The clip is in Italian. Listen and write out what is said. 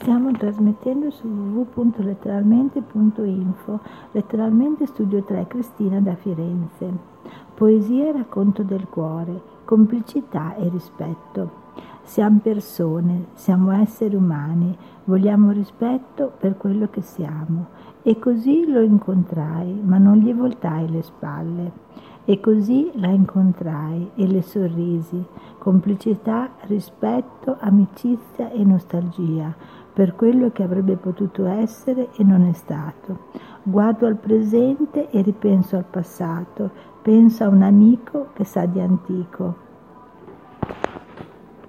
Stiamo trasmettendo su www.letteralmente.info, letteralmente Studio 3, Cristina da Firenze. Poesia e racconto del cuore, complicità e rispetto. Siamo persone, siamo esseri umani, vogliamo rispetto per quello che siamo. E così lo incontrai, ma non gli voltai le spalle. E così la incontrai e le sorrisi, complicità, rispetto, amicizia e nostalgia, per quello che avrebbe potuto essere e non è stato. Guardo al presente e ripenso al passato, penso a un amico che sa di antico.